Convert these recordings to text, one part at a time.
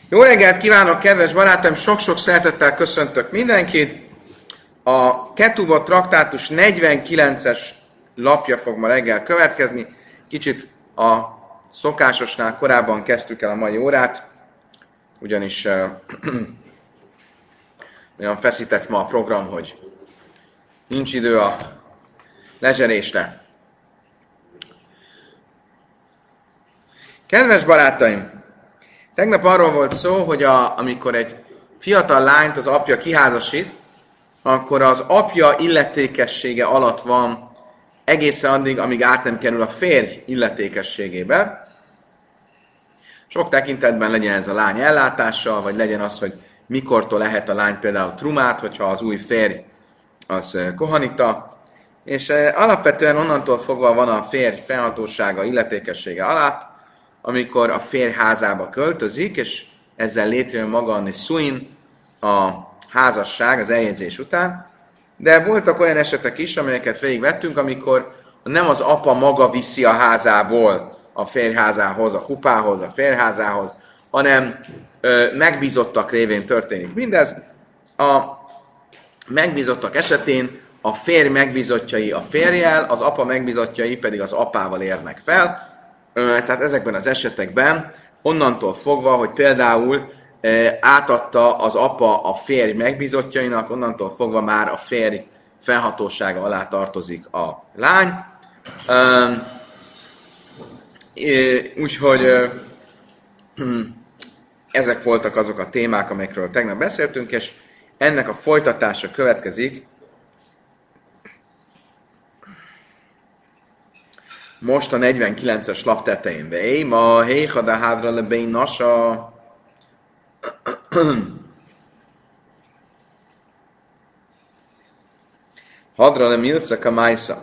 Jó reggelt kívánok, kedves barátaim! Sok-sok szeretettel köszöntök mindenkit. A Ketubot traktátus 49-es lapja fog ma reggel következni. Kicsit a szokásosnál korábban kezdtük el a mai órát, ugyanis olyan feszített ma a program, hogy nincs idő a lezserésre. Kedves barátaim! Tegnap arról volt szó, hogy amikor egy fiatal lányt az apja kiházasít, akkor az apja illetékessége alatt van egészen addig, amíg át nem kerül a férj illetékességébe. Sok tekintetben legyen ez a lány ellátása, vagy legyen az, hogy mikortól lehet a lány például trumát, hogyha az új férj az kohanita. És alapvetően onnantól fogva van a férj felhatósága, illetékessége alatt, amikor a férj házába költözik, és ezzel létrejön maga a niszuin, a házasság az eljegyzés után. De voltak olyan esetek is, amelyeket végigvettünk, amikor nem az apa maga viszi a házából a férjházához, a hupához, a férjházához, hanem megbízottak révén történik mindez. A megbízottak esetén a férj megbízottjai a férjjel, az apa megbízottjai pedig az apával érnek fel. Tehát ezekben az esetekben onnantól fogva, hogy például átadta az apa a férj megbízottjainak, onnantól fogva már a férj felhatósága alá tartozik a lány. Úgyhogy ezek voltak azok a témák, amelyekről tegnap beszéltünk, és ennek a folytatása következik most a 49-es lap tetején. Véj, ma héjhada hádra lebén nasa. Hadra le milsza kamájsza.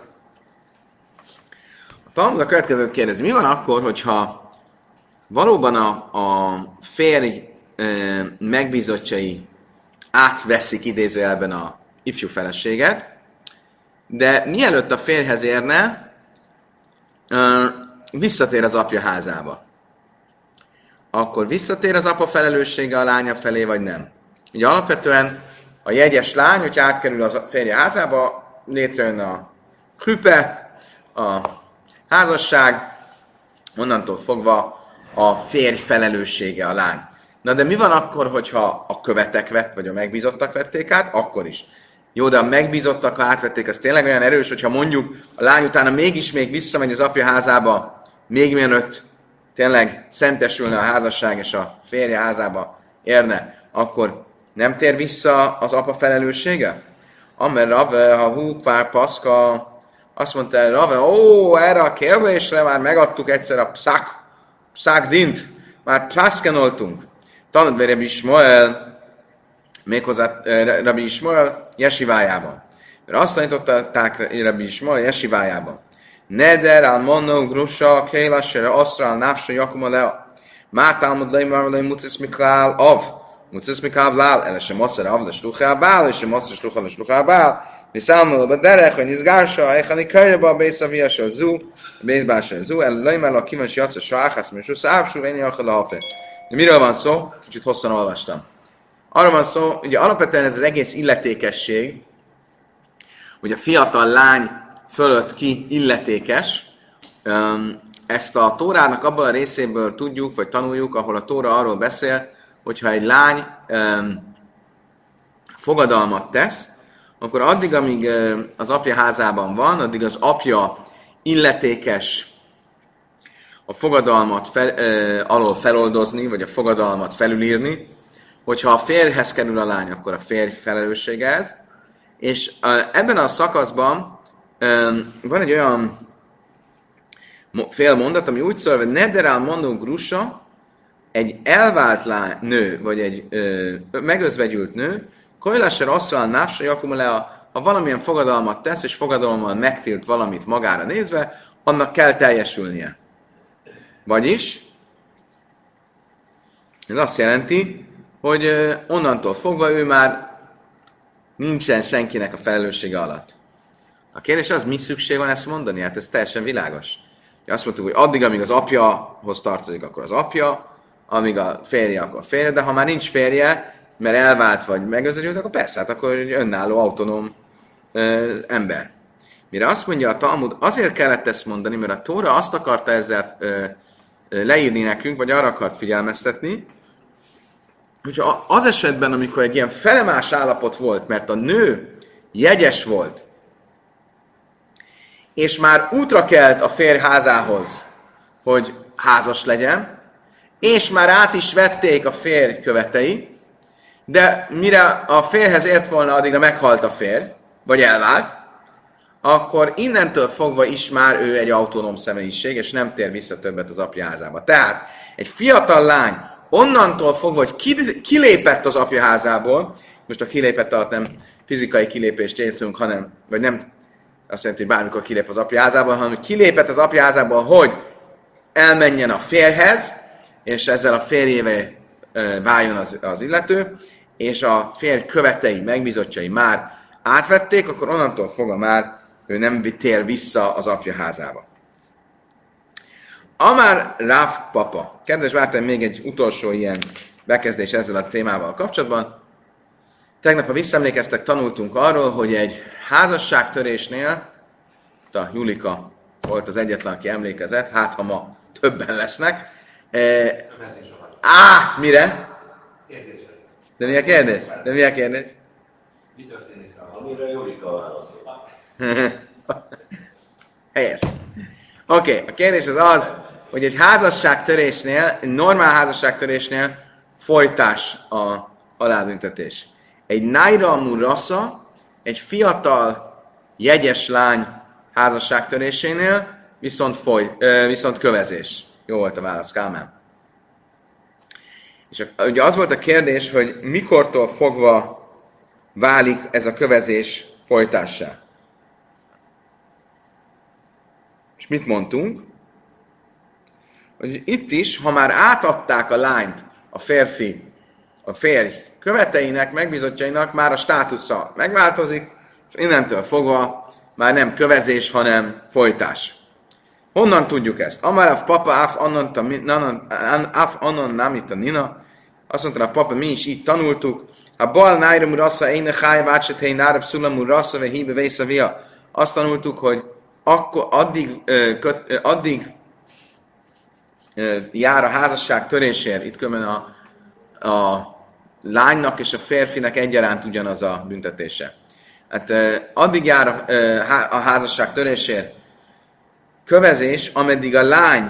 A Talmud a következőt kérdezi. Mi van akkor, hogyha valóban a férj megbízottjai átveszik idézőjelben a ifjú feleséget, de mielőtt a férjhez érne, visszatér az apja házába. Akkor visszatér az apa felelőssége a lánya felé, vagy nem? Ugye alapvetően a jegyes lány, hogy átkerül az férje házába, létrejön a krüpe, a házasság, onnantól fogva a férj felelőssége a lány. Na de mi van akkor, hogyha a követek vagy a megbízottak vették át? Akkor is. Jó, de a megbízottak, ha átvették, az tényleg olyan erős, hogyha mondjuk a lány utána mégis még visszamegy az apja házába, még mielőtt tényleg szentesülne a házasság és a férje házába érne, akkor nem tér vissza az apa felelőssége? Amer Rave, ha húkvár paszka, azt mondta Rave, erre a kérdésre már megadtuk egyszer a pszák dint, már plászkenoltunk. Tanult be Rabbi Ismael, méghozzá Rabbi Ismael jesivájában. Mert azt tanították Rabbi Ismael jesivájában. Neder al mono grusha kélasere aszra al náfsa jakuma lea. Mátálmod leimármodai mucis miklál av. Mucis miklál lál, ele sem asszere av lesluchá bál, és sem asszere sluchá lesluchá bál. Niszámol a derech, hogy nizgársa, ejchani körjebe a bészaviyasa zú, bészbása zú, ele leimárla a kívánsi jatsa sáhász, mert susz ávsú, vényi akala hafe. Miről van szó? Kicsit hosszan olvastam. Arra van szó, ugye alapvetően ez az egész illetékesség, hogy a fiatal lány fölött ki illetékes, ezt a Tórának abban a részéből tudjuk, vagy tanuljuk, ahol a Tóra arról beszél, hogyha egy lány fogadalmat tesz, akkor addig, amíg az apja házában van, addig az apja illetékes a fogadalmat alól feloldozni, vagy a fogadalmat felülírni. Hogyha a férjhez kerül a lány, akkor a férj felelőssége ez. És ebben a szakaszban van egy olyan félmondat, ami úgy szól, hogy nederál mondó grusa, egy elvált nő, vagy egy megözvegyült nő, kojlasser asszal náfsa jakumolea, ha valamilyen fogadalmat tesz, és fogadalommal megtilt valamit magára nézve, annak kell teljesülnie. Vagyis ez azt jelenti, hogy onnantól fogva ő már nincsen senkinek a felelőssége alatt. A kérdés az, mi szükség van ezt mondani? Hát ez teljesen világos. Azt mondtuk, hogy addig, amíg az apjahoz tartozik, akkor az apja, amíg a férje, akkor férje, de ha már nincs férje, mert elvált vagy megözögyült, akkor persze, hát akkor egy önálló, autonóm ember. Mire azt mondja a Talmud, azért kellett ezt mondani, mert a Tóra azt akarta ezzel leírni nekünk, vagy arra akart figyelmeztetni, hogyha az esetben, amikor egy ilyen felemás állapot volt, mert a nő jegyes volt, és már útra kelt a férj házához, hogy házas legyen, és már át is vették a férj követei, de mire a férjhez ért volna, addigra meghalt a férj, vagy elvált, akkor innentől fogva is már ő egy autonóm személyiség, és nem tér vissza többet az apja házába. Tehát egy fiatal lány onnantól fogva, hogy kilépett az apja házából, most a kilépett alatt nem fizikai kilépést értünk, hanem, vagy nem azt jelenti, hogy bármikor kilép az apja házából, hanem hogy kilépett az apja házából, hogy elmenjen a férjhez, és ezzel a férjével váljon az illető, és a férj követei, megbízottjai már átvették, akkor onnantól fogva már ő nem tér vissza az apja házába. Amár Ráv papa. Kedves barátaim, még egy utolsó ilyen bekezdés ezzel a témával kapcsolatban. Tegnap, ha visszaemlékeztek, tanultunk arról, hogy egy házasságtörésnél, a Julika volt az egyetlen, aki emlékezett, hát ha ma többen lesznek. Mire? De mi a kérdés? Mi történik? Amire Julika válaszol. Helyes. Oké, a kérdés az, hogy egy házasságtörésnél, egy normál házasságtörésnél folytás a halálbüntetés. Egy Naira Murassa, egy fiatal, jegyes lány házasságtörésénél viszont kövezés. Jó volt a válasz, Kálmán. És ugye az volt a kérdés, hogy mikortól fogva válik ez a kövezés folytássá. És mit mondtunk? Hogy itt is, ha már átadták a lányt a férj követeinek, megbízottjainak, már a státusza megváltozik, és innentől fogva már nem kövezés, hanem folytás. Honnan tudjuk ezt? Amarav papa af anon namita nina. Azt mondta a papa, mi is így tanultuk. A bal nájrum rassza éne cháj vácsetei nárab szulamú rassza ve híbe vészavia. Azt tanultuk, hogy addig jár a házasság törésért, itt különben a lánynak és a férfinek egyaránt ugyanaz a büntetése. Hát addig jár a házasság törésért kövezés, ameddig a lány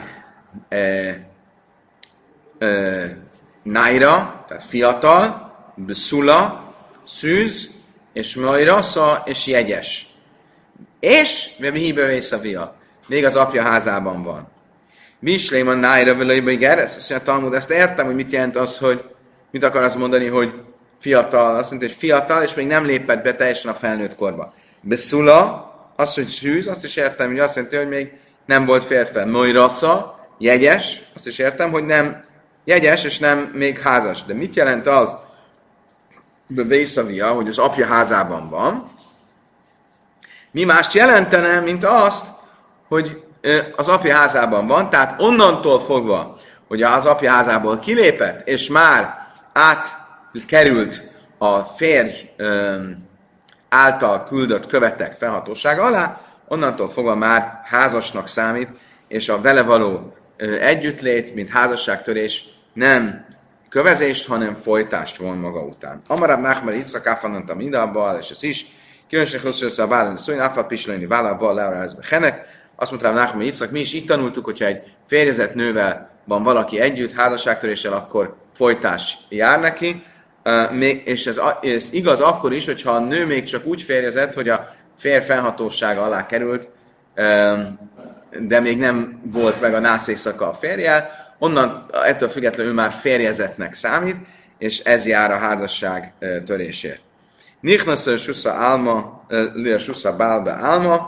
nájra, tehát fiatal, beszula, szűz, és majrasza, és jegyes. És híbe vészavia, még az apja házában van. Vislém a nájra velőjében geresz, azt mondja a Talmud, ezt értem, hogy mit jelent az, hogy mit akar azt mondani, hogy fiatal, azt mondja, hogy fiatal, és még nem lépett be teljesen a felnőtt korba. Beszula, azt, hogy szűz, azt is értem, hogy azt jelenti, hogy még nem volt férfel. Mojrasza, jegyes, azt is értem, hogy nem jegyes, és nem még házas. De mit jelent az, vészavia, hogy az apja házában van? Mi mást jelentene, mint azt, hogy az apja házában van, tehát onnantól fogva, hogy az apja házából kilépett, és már átkerült a férj által küldött követek felhatósága alá, onnantól fogva már házasnak számít, és a vele való együttlét, mint házasságtörés nem kövezést, hanem folytást von maga után. Amarab Nachmer Yitzchak áfanantam idabal, és ez is, különösen hosszú a vállalni szólni, áfat pislőni vállával, leárázba henek. Azt mondta Nachmer Yitzchak, mi is így tanultuk, hogyha egy férjezett nővel van valaki együtt, házasságtöréssel, akkor folytás jár neki, és ez igaz akkor is, hogyha a nő még csak úgy férjezett, hogy a férj felhatósága alá került, de még nem volt meg a nászészaka a férjel, onnan ettől függetlenül ő már férjezettnek számít, és ez jár a házasság törésért. Nichnasz susza álma, lila susza bálbe álma,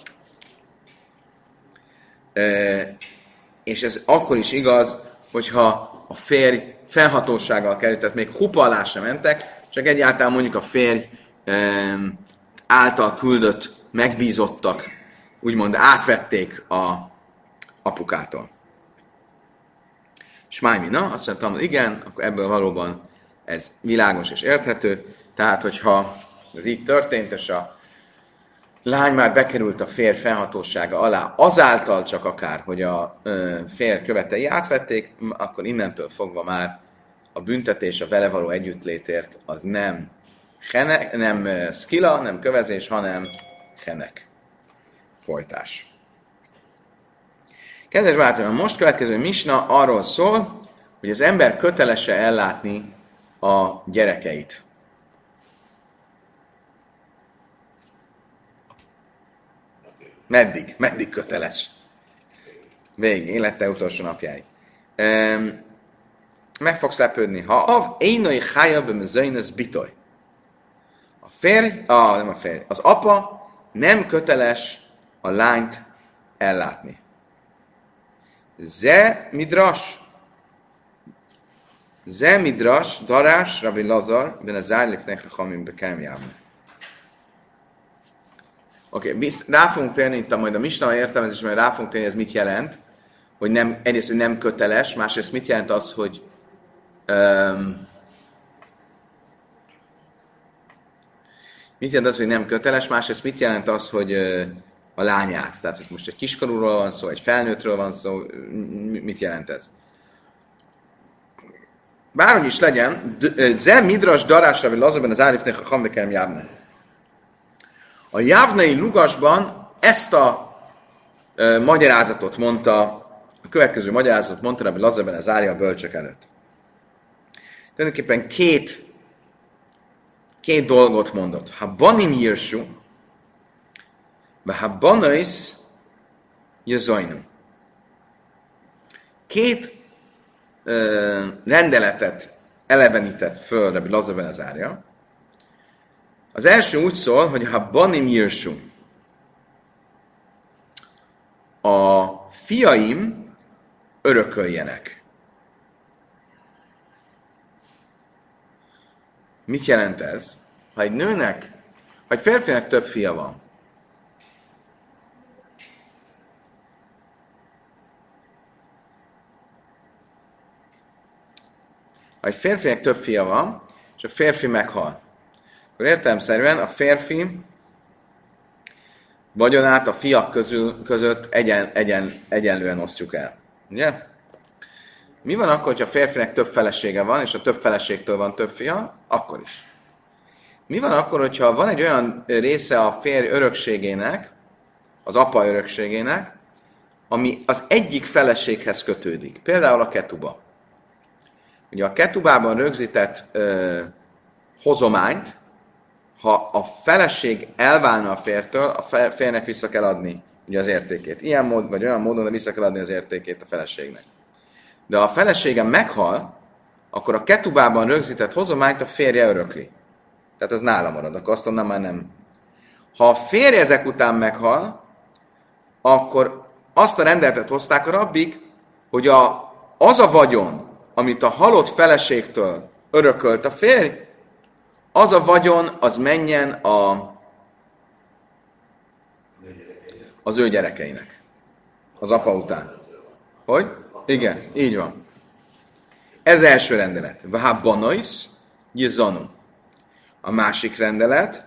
és ez akkor is igaz, hogyha a férj felhatósággal került, tehát még hupa alá sem mentek, csak egyáltalán mondjuk a férj által küldött megbízottak, úgymond átvették a apukától. Smájmina, azt mondtam, igen, akkor ebből valóban ez világos és érthető. Tehát, hogyha ez így történt, és a lány már bekerült a férj fennhatósága alá, azáltal csak akár, hogy a férj követei átvették, akkor innentől fogva már a büntetés a vele való együttlétért az nem henek, nem szkila, nem kövezés, hanem henek. Folytás. Kedves barátaim, a most következő misna arról szól, hogy az ember kötelese ellátni a gyerekeit. Meddig? Meddig köteles? Végig, élete utolsó napjáig. Meg fogsz lepődni. Ha av énai hájabem zöjnöz bitoj. A férj, nem a férj, az apa nem köteles a lányt ellátni. Ze midras, darás, Rabbi Lazar, ben a zárlifnek a hamim bekelmjában. Oké, rá fogunk térni, itt majd a misna értelmezés, mert rá fogunk térni, ez mit jelent, hogy nem, egyrészt, hogy nem köteles, másrészt mit jelent az, hogy mit jelent az, hogy nem köteles, másrészt mit jelent az, hogy a lányát. Tehát, hogy most egy kiskorúról van szó, egy felnőttről van szó, mit jelent ez? Bárhogy is legyen, ze midras darásra, vagy lazarben az árifnek a hambekerem jávne. A jávnai lugasban ezt a magyarázatot mondta, a következő magyarázatot mondta, Rabbi Lazar ben Azárja a bölcsök előtt. Tulajdonképpen két dolgot mondott. Ha banim jirsu, ha banais jözzajnu. Két rendeletet elevenített föl Rabbi Lazar ben Azárja. Az első úgy szól, hogy ha banim jirsu, a fiaim örököljenek. Mit jelent ez? Ha egy nőnek, ha egy férfinek több fia van, ha egy férfinek több fia van, és a férfi meghal, akkor értelemszerűen a férfi vagyonát a fiak között egyenlően osztjuk el. Ugye? Mi van akkor, hogyha a férfinek több felesége van, és a több feleségtől van több fia? Akkor is. Mi van akkor, hogyha van egy olyan része a férj örökségének, az apa örökségének, ami az egyik feleséghez kötődik? Például a ketuba. Ugye a ketubában rögzített hozományt, ha a feleség elválna a fértől, a férnek vissza kell adni ugye az értékét. Ilyen mód, vagy olyan módon, de vissza kell adni az értékét a feleségnek. De ha a felesége meghal, akkor a ketubában rögzített hozományt a férje örökli. Tehát az nála marad, akkor azt onnan már nem. Ha a férje ezek után meghal, akkor azt a rendeletet hozták a rabbik, hogy az a vagyon, amit a halott feleségtől örökölt a férj, az a vagyon, az menjen az ő gyerekeinek. Az apa után. Hogy? Igen, így van. Ez első rendelet. Vahab jizanu. A másik rendelet,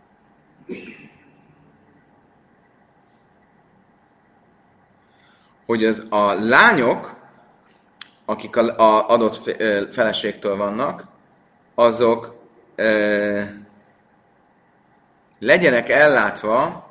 hogy a lányok, akik az adott feleségtől vannak, azok legyenek ellátva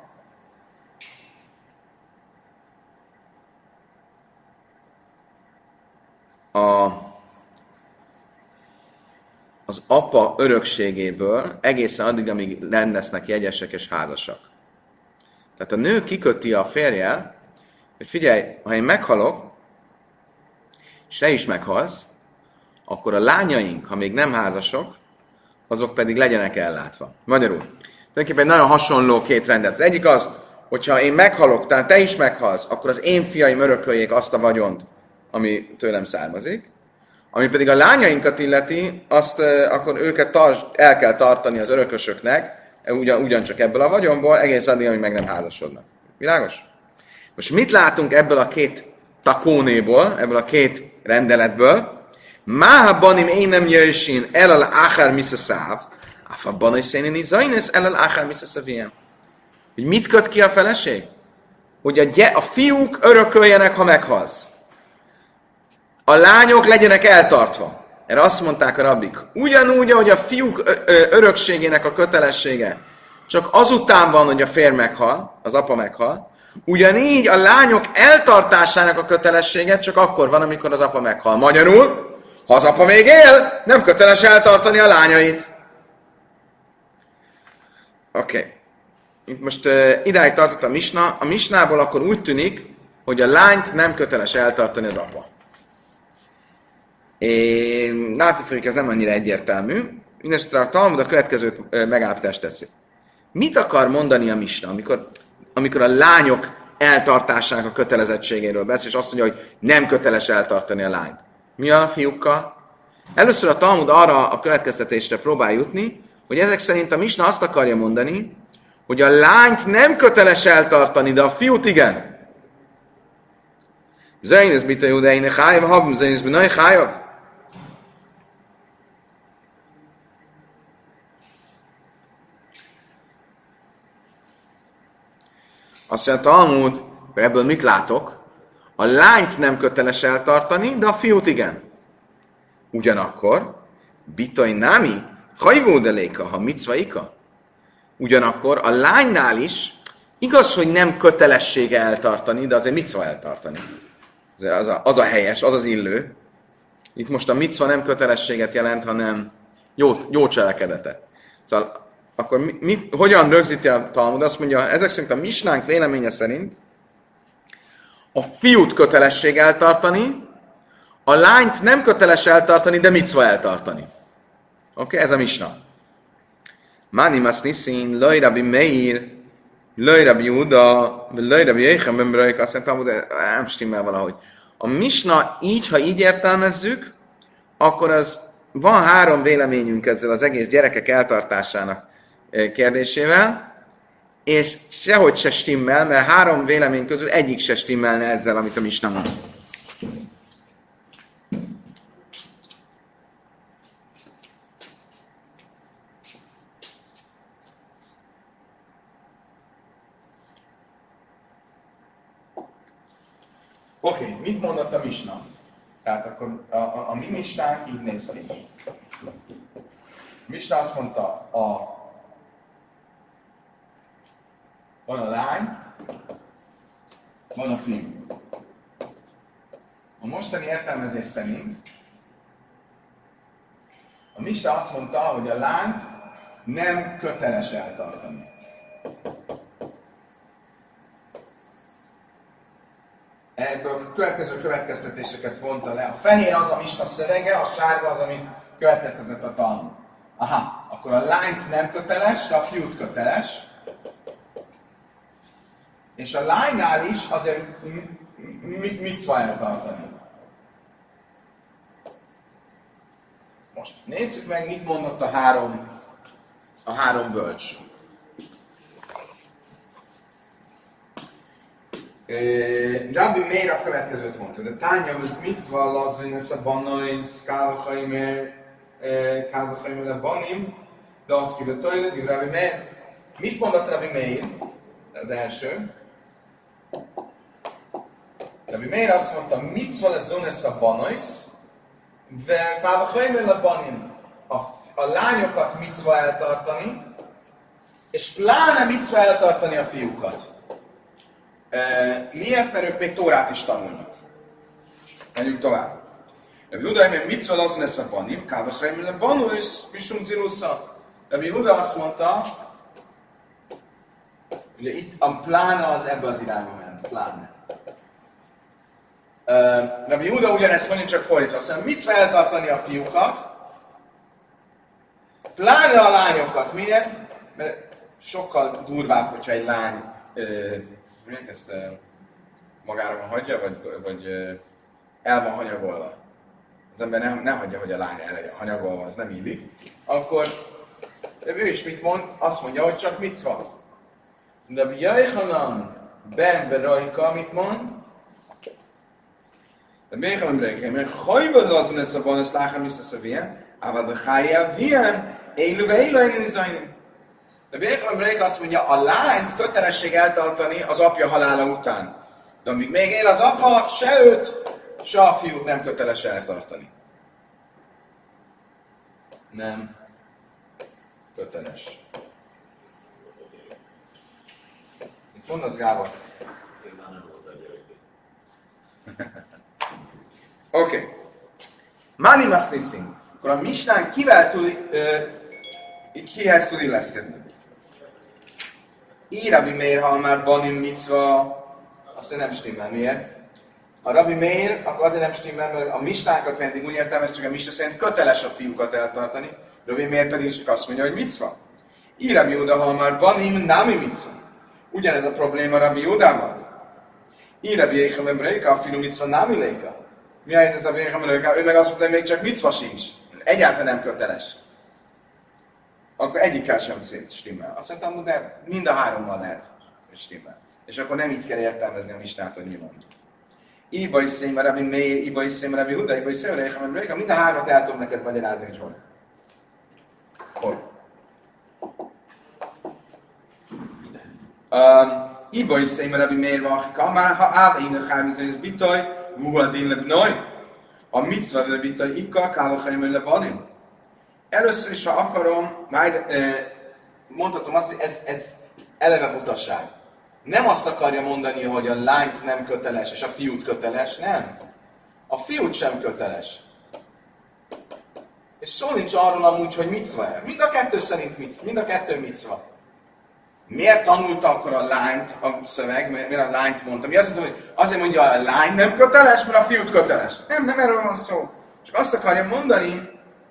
az apa örökségéből egészen addig, amíg lesznek jegyesek és házasak. Tehát a nő kiköti a férjel, hogy figyelj, ha én meghalok, és te is meghalsz, akkor a lányaink, ha még nem házasok, azok pedig legyenek ellátva. Magyarul. Tulajdonképpen nagyon hasonló két rendet. Az egyik az, hogyha én meghalok, tehát te is meghalsz, akkor az én fiaim örököljék azt a vagyont, ami tőlem származik. Ami pedig a lányainkat illeti, azt akkor őket el kell tartani az örökösöknek, ugyancsak ebből a vagyonból, egész addig, amíg meg nem házasodnak. Világos? Most mit látunk ebből a két takónéból, ebből a két rendeletből. Máhabanim én nem jöjjön el al áhár miszaszáv, áfabban is szénini zajnesz el al áhár miszaszaviem. Hogy mit köt ki a feleség? Hogy a fiúk örököljenek, ha meghalsz. A lányok legyenek eltartva. Erre azt mondták a rabbik. Ugyanúgy, ahogy a fiúk örökségének a kötelessége csak azután van, hogy a férj meghal, az apa meghal, ugyanígy a lányok eltartásának a kötelessége csak akkor van, amikor az apa meghal. Magyarul, ha az apa még él, nem köteles eltartani a lányait. Oké. Itt most idáig tartott a misna. A misnából akkor úgy tűnik, hogy a lányt nem köteles eltartani az apa. Látni fogjuk, ez nem annyira egyértelmű. Mindenesetre a Talmud a következőt megállapítást teszi. Mit akar mondani a misna, amikor a lányok eltartásának a kötelezettségéről beszél, és azt mondja, hogy nem köteles eltartani a lányt? Mi a fiúkkal? Először a Talmud arra a következtetésre próbál jutni, hogy ezek szerint a misna azt akarja mondani, hogy a lányt nem köteles eltartani, de a fiút igen. Zajnesz bita judeine chájav, habm zajnesz binaj chájav. Azt mondja a Talmud, hogy ebből mit látok? A lányt nem köteles eltartani, de a fiút igen. Ugyanakkor, bitai námi, hajvódeléka, ha micvaika. Ugyanakkor a lánynál is igaz, hogy nem kötelessége eltartani, de azért micva eltartani. Az a helyes, az az illő. Itt most a micva nem kötelességet jelent, hanem jó cselekedetet. Szóval akkor hogyan rögzíti a Talmud? Azt mondja, ezek szerint a misnánk véleménye szerint a fiút kötelesség eltartani, a lányt nem köteles eltartani, de micva eltartani. Oké, ez a misna. Mánimas niszin, Laj Rabbi Meir, Laj Rabbi Juda, Laj Rabbi Jéhem Bembraik, azt mondtam, de nem stimmel valahogy. A misna így, ha így értelmezzük, akkor az van 3 véleményünk ezzel az egész gyerekek eltartásának kérdésével, és sehogy se stimmel, mert 3 vélemény közül egyik se stimmelne ezzel, amit a misna mond. Oké, mit mondott a misna? Tehát akkor a mi misnánk így néz ki. A misna azt mondta, van a lány, van a fiú. A mostani értelmezés szerint a misna azt mondta, hogy a lányt nem köteles eltartani. Ebből a következő következtetéseket vonta le. A fehér az a misna szövege, a sárga az, amit következtetett a Talmud. Aha, akkor a lányt nem köteles, de a fiút köteles. És a lánynál is azért micva eltartani. Most nézzük meg, mit mondott a három bölcs. Rabbi Meir a következőt mondta, de tánya az micva lazvin ez a banais kálvachaimer banim, de azt kivetőjled, Rabbi Meir. Mit mondott Rabbi Meir? Az első. Rabbi Meir azt mondta, micva lazvin ez a banais, de kálvachaimer banim. A lányokat micva eltartani, és pláne micva eltartani a fiúkat. Miért? Mert ők még Tórát is tanulnak. Menjünk tovább. Rabbi Huda, hogy mit azon lesz a banim? Kábaszraim, a banul és misum zirusza. Rabbi Huda azt mondta, ugye itt a pláne az ebbe az irányba ment. Pláne. Rabbi Huda ugyanezt mondja, csak fordítva. Azt mondja, mit eltartani a fiúkat? Pláne a lányokat. Miért? Mert sokkal durvább, hogyha egy lány miért ezt magára van hagyja, vagy el van hanyagolva. Az ember nem hagyja, hogy a lány el legyen hanyagolva, az nem illik. Akkor ő is mit mond? Azt mondja, hogy csak micva. De Jaichanan ben berajka mit mond? De még nem reggel, mert hajvad azon ezt a banusz láham visszaszavien, ával de hájjávien, élőve élően izajni. De Békram Réka azt mondja, a lányt kötelesség eltartani az apja halála után. De amíg még él az apa, se őt, se a fiút nem köteles eltartani. Nem köteles. Mit mondasz, Gábor? Én már nem volt a gyerek. Oké. Mani masniszing. Akkor a misnán kihez tud illeszkedni? Rabbi Meir, ha már banim micva, azt nem stimmel. Miért? A Rabbi Meir, akkor azért nem stimmel, mert a misnákat pedig úgy értelmeztük, a misna szerint köteles a fiúkat eltartani, Rabbi Meir pedig csak azt mondja, hogy micva. Rabbi Júda, ha már banim nami micva. Ugyanez a probléma Rabbi Júdával. Rabbi Jéchem Breika, a fiú micva nami leika. Mi a helyzet Rabbi Jéchem Breika? Ő meg azt mondta, hogy még csak micva sincs. Egyáltalán nem köteles. Akkor egyikkel sem stimmel. Azt mondtam, de mind a hárommal lehet stimmel. És akkor nem így kell értelmezni a misnát, hogy mi mond. Iba is széma Rabbi Meir, iba is széma Rabbi Huda, iba is széma Rabbi Meir, mind a hármat el tudom neked magyarázni, hogy hol. Hol? Iba is széma Rabbi Meir, már ha áll én a hármizőnyöz bitaj, vuha dinleb noj, a micva vele bitaj ikka, kálochaim le badim. Először is, ha akarom, majd mondhatom azt, hogy ez eleve butasság. Nem azt akarja mondani, hogy a lányt nem köteles, és a fiút köteles, nem. A fiút sem köteles. És szó nincs arról amúgy, hogy micva. Mind a kettő szerint micva, mind a kettő micva. Miért tanulta akkor a lányt a szöveg, miért a lányt mondta? Mi azt mondta, hogy azért mondja, a lány nem köteles, mert a fiút köteles. Nem erről van szó. Csak azt akarja mondani,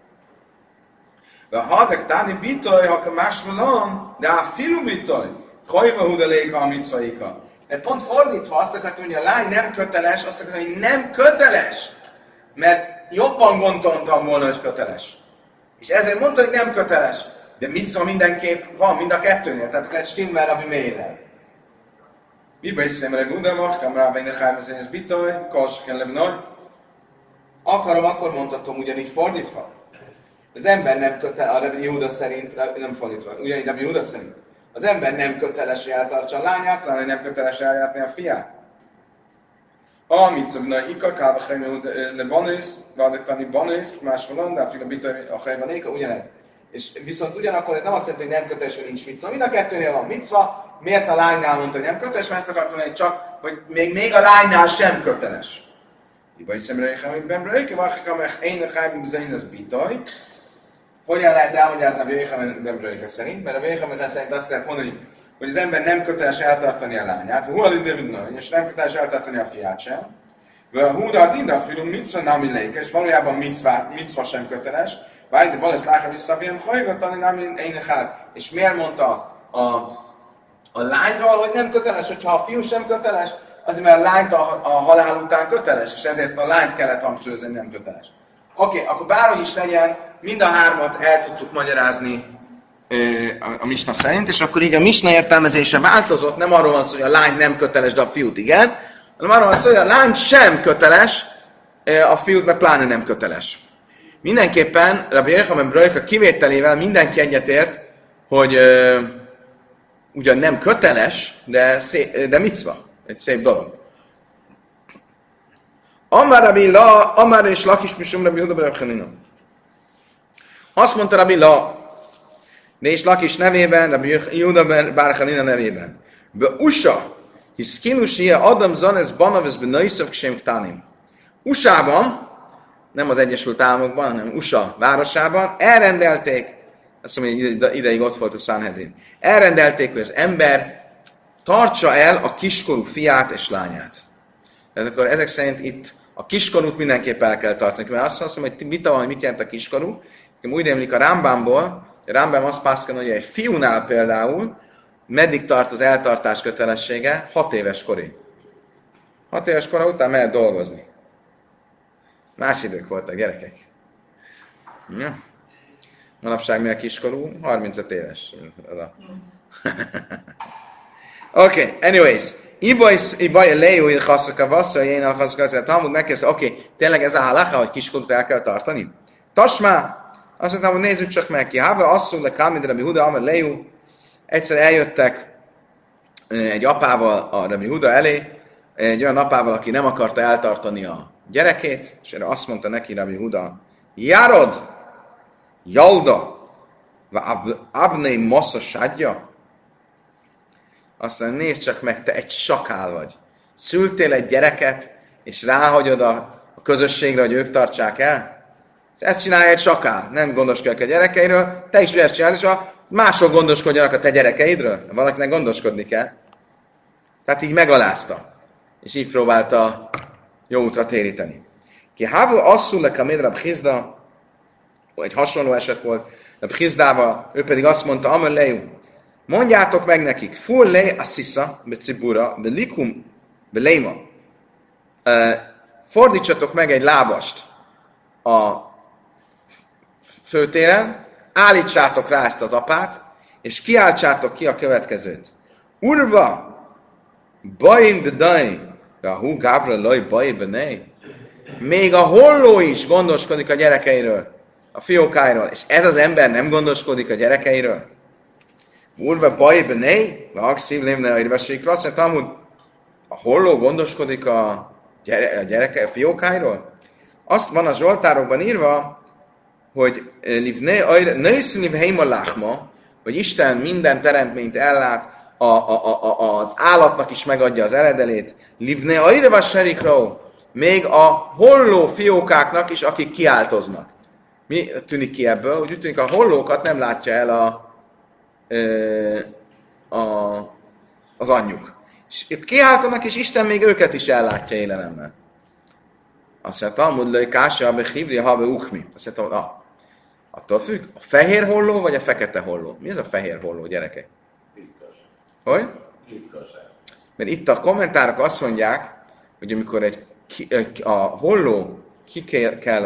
de ha hadek táni bitaj, ha másmilyen, de a fiú bitaj, hajva hudaléka a micvaika. Mert pont fordítva azt akartam, hogy a lány nem köteles, azt akartam, hogy nem köteles. Mert jobban gondoltam volna, hogy köteles. És ezért mondta, hogy nem köteles. De micva mindenképp van, mind a kettőnél. Tehát akkor ez stimmel Rabbi Meirrel. Mibe is szemre Gudavach, kamrában a hármazányos bitaj, kalsken lebnaj. Akarom, akkor mondhatom ugyanígy fordítva. Az ember nem köteles, a Rabbi Júda szerint, nem fordítva, ugyanígy Rabbi Júda szerint. Az ember nem köteles, hogy eltartsa a lányát, hanem nem köteles eljátni a fiát. A micvna ika, kába hajma le banész, vádektani banész, másvalon, de a fila bitaj a hajvanéka, ugyanez. És viszont ugyanakkor ez nem azt jelenti, hogy nem köteles, hogy nincs micva. Mind a kettőnél van micva. Miért a lánynál mondta, hogy nem köteles? Mert ezt akartam mondani, csak, hogy még a lánynál sem köteles. Iba is szemre hogy bembrejke, vakik, amelyek ének hájban bizony az bitaj. Hogyan lehet elmagyarázni a Véhemen bembrejke szerint? Mert a Véhemen szerint azt lehet mondani, hogy az ember nem köteles eltartani a lányát, és nem köteles eltartani a fiát sem. A húda a dinda filum micva nami léke, és valójában micva sem köteles. Vájde balesz láha visszavém, hajgatani nami énekál. És miért mondta a lányról, hogy nem köteles, hogyha a fiú sem köteles? Azért, mert a lányt a halál után köteles, és ezért a lányt kellett hangsúlyozni, hogy nem köteles. Oké, akkor bárhogy is legyen, mind a hármat el tudtuk magyarázni a misna szerint, és akkor így a misna értelmezése változott, nem arról van szó, hogy a lány nem köteles, de a fiút igen, hanem arról van szó, hogy a lány sem köteles, a fiút meg pláne nem köteles. Mindenképpen Rabbi Jéchanan Brajka kivételével mindenki egyetért, hogy ugyan nem köteles, de micva. Egy szép dolog. Amar Rabbi La, Amar és Lakis Misum Rabbi Huda Rabbi Chanina. Azt mondta Rabbi La, de és Lakis nevében, Rabbi Huda Bar Chanina nevében. Be Usa, hiszkinusia Adam Zanes Banaves Benaisav Kshem Ktanim. USA-ban, nem az Egyesült Államokban, hanem USA városában elrendelték, azt mondom, hogy ideig ott volt a Sanhedrin, elrendelték, hogy az ember tartsa el a kiskorú fiát és lányát. Tehát akkor ezek szerint itt a kiskorút mindenképp el kell tartani. Mert azt mondom, hogy vita van, hogy mit jelent a kiskorú. Úgy emlik a Rambamból, a Rambam azt pászkál, hogy egy fiúnál például meddig tart az eltartás kötelessége? 6 éves korig. 6 éves kora után mehet dolgozni. Más idők voltak, gyerekek. Ja. Manapság mi a kiskorú? 35 éves. Oké, anyways. Ibaj lejú, haszaka vassza, én a haszaka, Talmud megkezdte, tényleg ez a halacha, hogy kiskorút el kell tartani? Tasmá! Azt mondtam, hogy nézzük csak meg ki. Hába asszul le kámid Rabbi Huda, amely lejú. Egyszer eljöttek egy apával a Rabbi Huda elé, egy olyan apával, aki nem akarta eltartani a gyerekét, és erre azt mondta neki Rabbi Huda, járod, jalda, abnei massza sádja. Aztán nézd csak meg, te egy sakál vagy. Szültél egy gyereket, és ráhagyod a közösségre, hogy ők tartsák el? Ezt csinálja egy sakál, nem gondoskodik a gyerekeiről, te is ezt csinálod, és mások gondoskodjanak a te gyerekeidről. Valakinek gondoskodni kell. Tehát így megalázta. És így próbálta jó útra téríteni. Ki hávu asszul le kaméd Rab Chizda, egy hasonló eset volt Rab Chizdával, ő pedig azt mondta, amel lejú, mondjátok meg nekik, ful le assisa be cibura, be likum be leima. Fordítsatok meg egy lábast a főtéren, állítsátok rá ezt az apát, és kiáltsátok ki a következőt. Urva, bajin bedaj, hú gávra laj baj benej. Még a holló is gondoskodik a gyerekeiről, a fiókáiról, és ez az ember nem gondoskodik a gyerekeiről. Urva baj benej, vakszív lémne a irvességre, azt mondja, a holló gondoskodik a fiókáiról. Azt van a Zsoltárokban írva, hogy hogy Isten minden teremtményt ellát, az állatnak is megadja az eredelét, még a holló fiókáknak is, akik kiáltoznak. Mi tűnik ki ebből? Úgy tűnik, a hollókat nem látja el az anyjuk. És kiáltanak, és Isten még őket is ellátja élelemmel. Azt mondja, Talmud lőj kása, abe hívri, habe ukmi. Azt mondja, attól függ, a fehér holló, vagy a fekete holló? Mi ez a fehér holló, gyerekek? Ritkaság. Hogy? Ritkaság. Mert itt a kommentárok azt mondják, hogy amikor a holló kell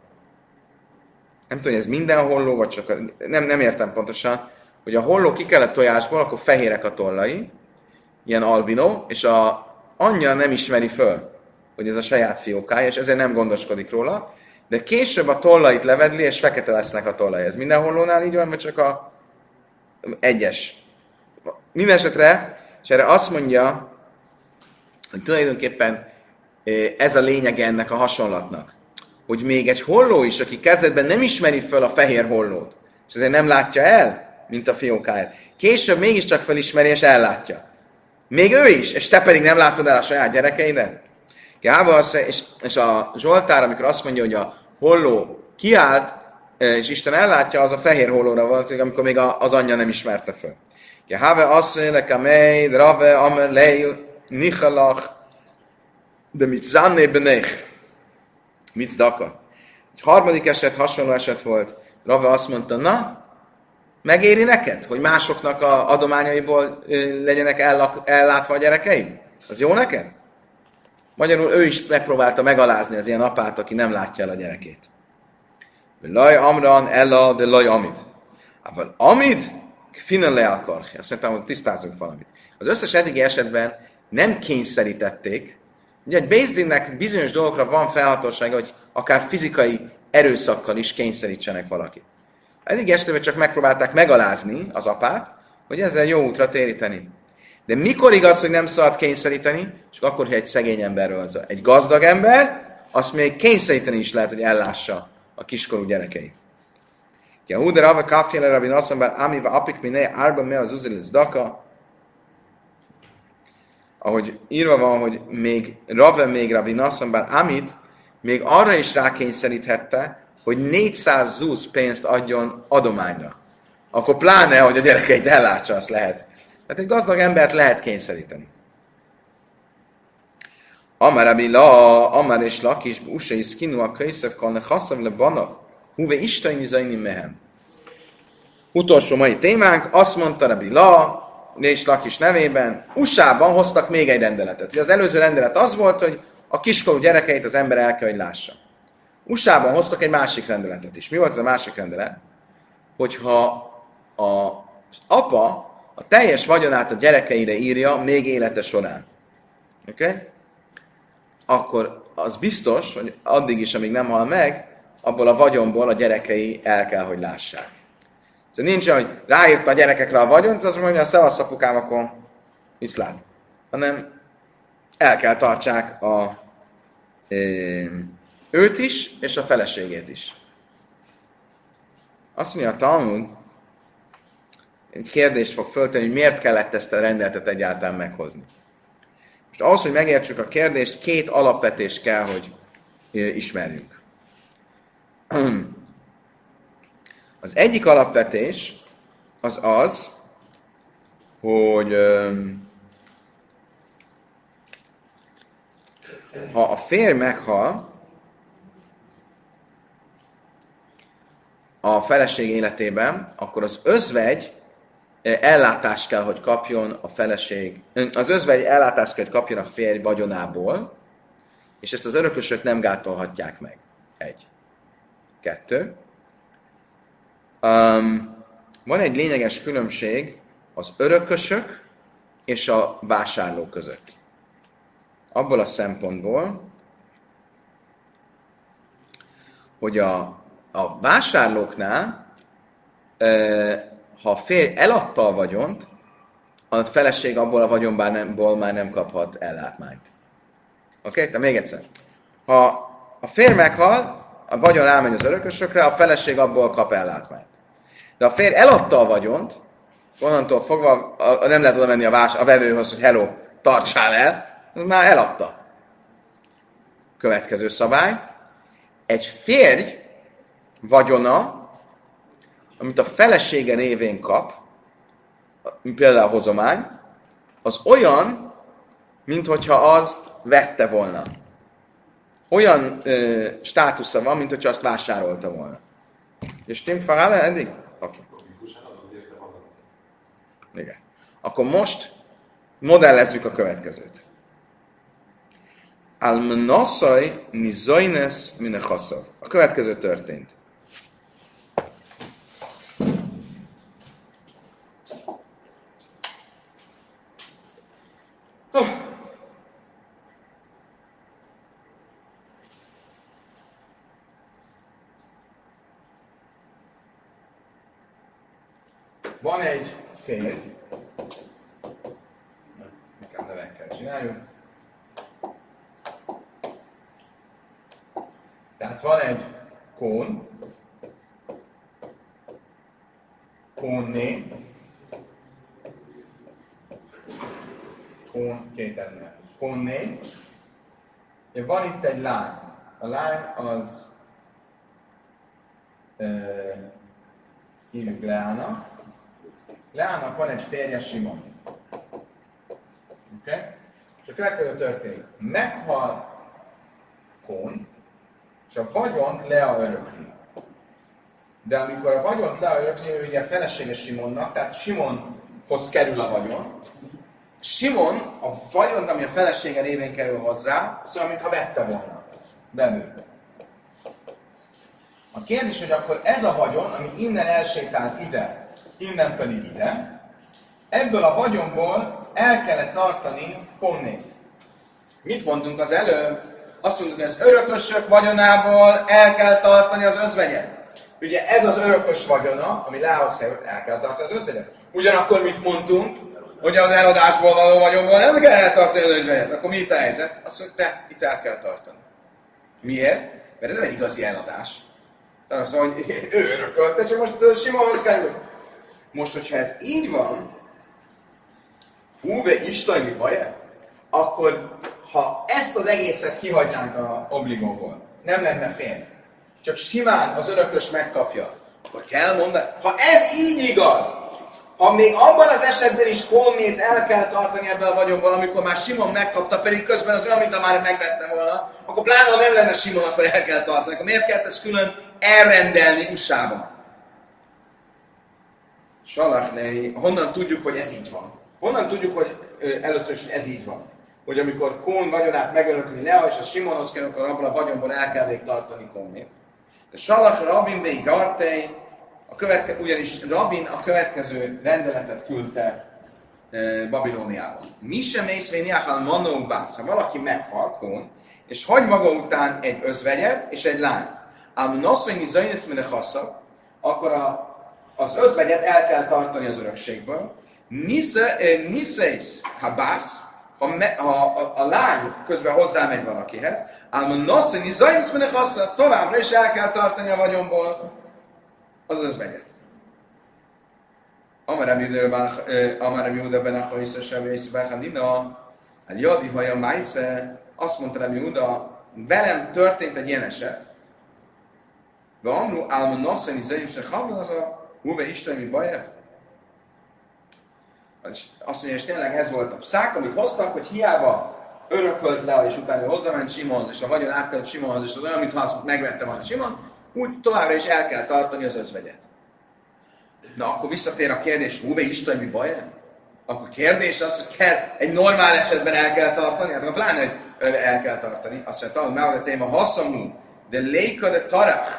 nem tudom, hogy ez minden holló, vagy csak nem értem pontosan, hogy a holló ki kell a tojásból, akkor fehérek a tollai, ilyen albinó, és a anyja nem ismeri föl, hogy ez a saját fiókája, és ezért nem gondoskodik róla, de később a tollait levedli, és fekete lesznek a tollai. Ez minden hollónál így van, vagy csak a egyes? Minden esetre, és erre azt mondja, hogy tulajdonképpen ez a lényege ennek a hasonlatnak, hogy még egy holló is, aki kezdetben nem ismeri föl a fehér hollót, és ezért nem látja el, mint a fiókáját. Később mégiscsak felismeri, és ellátja. Még ő is, és te pedig nem látod el a saját gyerekeidet? És a Zsoltár, amikor azt mondja, hogy a holló kiállt, és Isten ellátja, az a fehér hollóra volt, amikor még az anyja nem ismerte föl. Have asszony, kamei, drave, amer, lej, nichalach, de mit zanné benech. Mit daka. Egy harmadik eset, hasonló eset volt. Rave azt mondta, na, megéri neked, hogy másoknak a adományaiból legyenek ellátva a gyerekeid? Az jó neked? Magyarul ő is megpróbálta megalázni az ilyen apát, aki nem látja el a gyerekét. Laj amran, ella, de laj amid. Ával amid, finan le akarja. Azt mondtam, hogy tisztázunk valamit. Az összes eddigi esetben nem kényszerítették. Ugye egy Bézdinnek bizonyos dolgokra van felhatósága, hogy akár fizikai erőszakkal is kényszerítsenek valakit. Eddig esetben csak megpróbálták megalázni az apát, hogy ezzel jó útra téríteni. De mikor igaz, hogy nem szabad kényszeríteni? Csak akkor, hogy egy szegény emberről van szó. Egy gazdag ember, azt még kényszeríteni is lehet, hogy ellássa a kiskorú gyerekeit. Ja, hú, de Rava Kafjele Rabbi Nassan bár Amiva Apik Miné Árba Me az Uzilis Daka. Ahogy írva van, hogy még Rava még Rabbi Nassan bár Amit még arra is rákényszeríthette, hogy 400 zúz pénzt adjon adományra. Akkor pláne, hogy a gyerekeit ellátsa, azt lehet. Tehát egy gazdag embert lehet kényszeríteni. Amar Abila, Amar és Lakis, Usa is kinu a köjszöv kalne chasszav le banav, huve istaini zaini mehem. Utolsó mai témánk, azt mondta Abila, és Lakis nevében, USA-ban hoztak még egy rendeletet. Ugye az előző rendelet az volt, hogy a kiskorú gyerekeit az ember el kell, hogy lássa. USA-ban hoztak egy másik rendeletet is. Mi volt ez a másik rendelet? Hogyha az apa a teljes vagyonát a gyerekeire írja még élete során. Okay? Akkor az biztos, hogy addig is, amíg nem hal meg, abból a vagyonból a gyerekei el kell, hogy lássák. Szóval nincs olyan, hogy ráírta a gyerekekre a vagyont, az mondja, a szevasz apukám, akkor viszlát. Hanem el kell tartsák őt is, és a feleségét is. Azt mondja a Talmud, egy kérdést fog föltenni, hogy miért kellett ezt a rendeletet egyáltalán meghozni. Most ahhoz, hogy megértsük a kérdést, két alapvetést kell, hogy ismerjünk. Az egyik alapvetés az az, hogy ha a férj meghal a feleség életében, akkor az özvegy ellátást kell, hogy kapjon a feleség, az özvegy ellátást kell, hogy kapjon a férj vagyonából, és ezt az örökösök nem gátolhatják meg. 1. 2. Van egy lényeges különbség az örökösök és a vásárló között. Abból a szempontból, hogy a vásárlóknál, ha a férj eladta a vagyont, a feleség abból a vagyonból már nem kaphat ellátmányt. Oké? Tehát még egyszer. Ha a férj meghal, a vagyon elmegy az örökösökre, a feleség abból kap ellátmányt. De a férj eladta a vagyont, onnantól fogva nem lehet oda menni a vevőhöz, hogy hello, tartsál el, az már eladta. Következő szabály. Egy férj vagyona, amit a felesége révén kap, például a hozomány, az olyan, minthogyha azt vette volna. Olyan státusza van, minthogyha azt vásárolta volna. És Tim Farale eddig? Oké. Igen. Akkor most modellezzük a következőt. Al-Mnasai nizoines minechassav. A következő történt. Van egy férj, nekem nevekkel csináljuk. Tehát van egy kón, kónné, kón, két ennél, kónné, van itt egy lány. A lány az hívjuk Leának. Leának van egy férje, Simon. Oké? És a következő történik. Meghal Kón, és a vagyont Lea örökli. De amikor a vagyont Lea örökli, ő ugye a felesége Simonnak, tehát Simonhoz kerül a vagyon. Simon a vagyont, ami a felesége révén kerül hozzá, szóval, mintha vette volna. Bevő. A kérdés, hogy akkor ez a vagyon, ami innen elsétált ide, innen pedig ide, ebből a vagyonból el kellett tartani Kónnét. Mit mondtunk az előbb? Azt mondtuk, hogy az örökösök vagyonából el kell tartani az özvegyet. Ugye ez az örökös vagyona, ami Leához került, el kell tartani az özvegyet. Ugyanakkor mit mondtunk? Hogy az eladásból való vagyonból nem kell eltartani az özvegyet. Akkor mi itt a helyzet? Azt mondjuk, de itt el kell tartani. Miért? Mert ez nem egy igazi eladás. Tehát azt mondja, hogy ő örökölte, csak most Simonhoz kerül. Most, hogyha ez így van, húve Isten, mi baj? Akkor, ha ezt az egészet kihagynánk a obligóból, nem lenne férj, csak simán az örökös megkapja, akkor kell mondani, ha ez így igaz, ha még abban az esetben is Kónnét el kell tartani ebből a vagyonból, amikor már Simon megkapta, pedig közben az olyan, mint már megvette volna, akkor pláne, ha nem lenne Simon, akkor el kell tartani. Akkor miért kellett ezt külön elrendelni USA-ban? Salachnei, honnan tudjuk, hogy ez így van? Honnan tudjuk, hogy először is, hogy ez így van? Hogy amikor Kón vagyonát megörökli Lea, és a Simonhoz kerül, akkor abban a vagyonból el kell még tartani Kónnét. De Salach Ravin Bey Gartei, ugyanis Ravin a következő rendeletet küldte Babilóniában. Mi sem észvéniáhal manó bász. Ha valaki meghal, kón, és hagy maga után egy özvegyet és egy lányt. Ám naszvényi zajnész mene hassza, akkor az özvegyet el kell tartani az örökségből. Niszész, ha bász, ha a lány közben hozzámegy valakihez, ám a naszvényi zajnész mene hassza, továbbra is el kell tartani a vagyonból az özvegyet. Amarem Júda ben Achaisza Sevész Bechadina, a Jadi Haja Májsze, azt mondta Rabbi Júda, velem történt egy ilyen eset. De Amru Álma Nasszani Zajimse Hablaza, Huve Isteni Baje. Azt mondja, és tényleg ez volt a szák, amit hoztak, hogy hiába örökölt le, és utána hozzament Simonhoz, és a vagyon átkerült Simonhoz, és az olyan, mintha megvette volna Simon, úgy továbbra is el kell tartani az özvegyet. Na, akkor visszatér a kérdés, Huve Isteni Baje? Akkor kérdés az, hogy kell, egy normál esetben el kell tartani, hát pláne, hogy el kell tartani. Azt mondja, talán már a téma haszamú, de léka de tarach.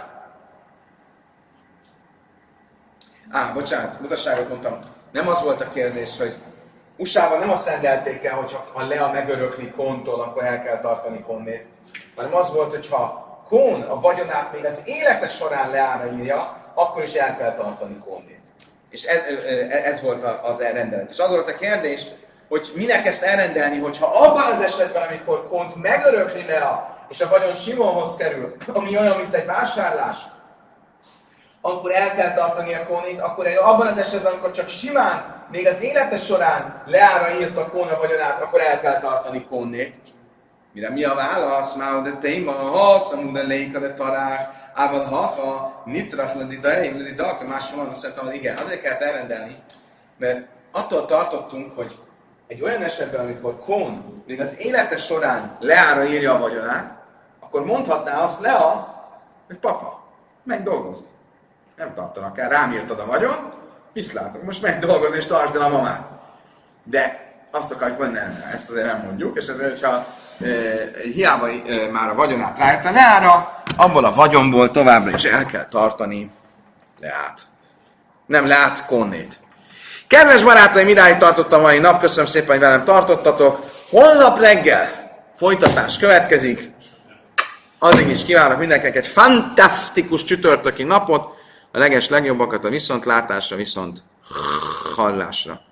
Bocsánat, mutasságot mondtam. Nem az volt a kérdés, hogy USA-ban nem azt rendelték el, hogy ha Lea megörökli Kóntól, akkor el kell tartani Kónnét. Hanem az volt, hogy ha Kón a vagyonát még az élete során Leára írja, akkor is el kell tartani Kónnét. És ez volt az elrendelet. És az volt a kérdés, hogy minek ezt elrendelni, hogyha abban az esetben, amikor Kónt megörökli Lea, és a vagyon Simonhoz kerül, ami olyan, mint egy vásárlás, akkor el kell tartani a Kónét, akkor abban az esetben, amikor csak simán, még az élete során Leára írta Kón a vagyonát, akkor el kell tartani Kónét. Mire mi a válasz? Már de téma, ha szamúde léka de tarák, ával ha nitrach ledi dalka, máshol van, azt mondtam, hogy igen, azért kellett elrendelni, mert attól tartottunk, hogy egy olyan esetben, amikor Kón még az élete során Leára írja a vagyonát, akkor mondhatná azt Lea, hogy papa, menj dolgozni. Nem tartanak el, rám írtad a vagyon, viszlátok, most menj dolgozni és tartsd el a mamát. De azt akarjuk, hogy nem, ezt azért nem mondjuk, és ezért, hogyha hiába már a vagyonát ráírta Leára, abból a vagyonból továbbra is el kell tartani Leát. Nem Leát, Kónnét. Kedves barátaim, idáig tartott a mai nap, köszönöm szépen, hogy velem tartottatok. Holnap reggel folytatás következik. Addig is kívánok mindenkinek egy fantasztikus csütörtöki napot, a leges legjobbakat a viszontlátásra, viszont hallásra.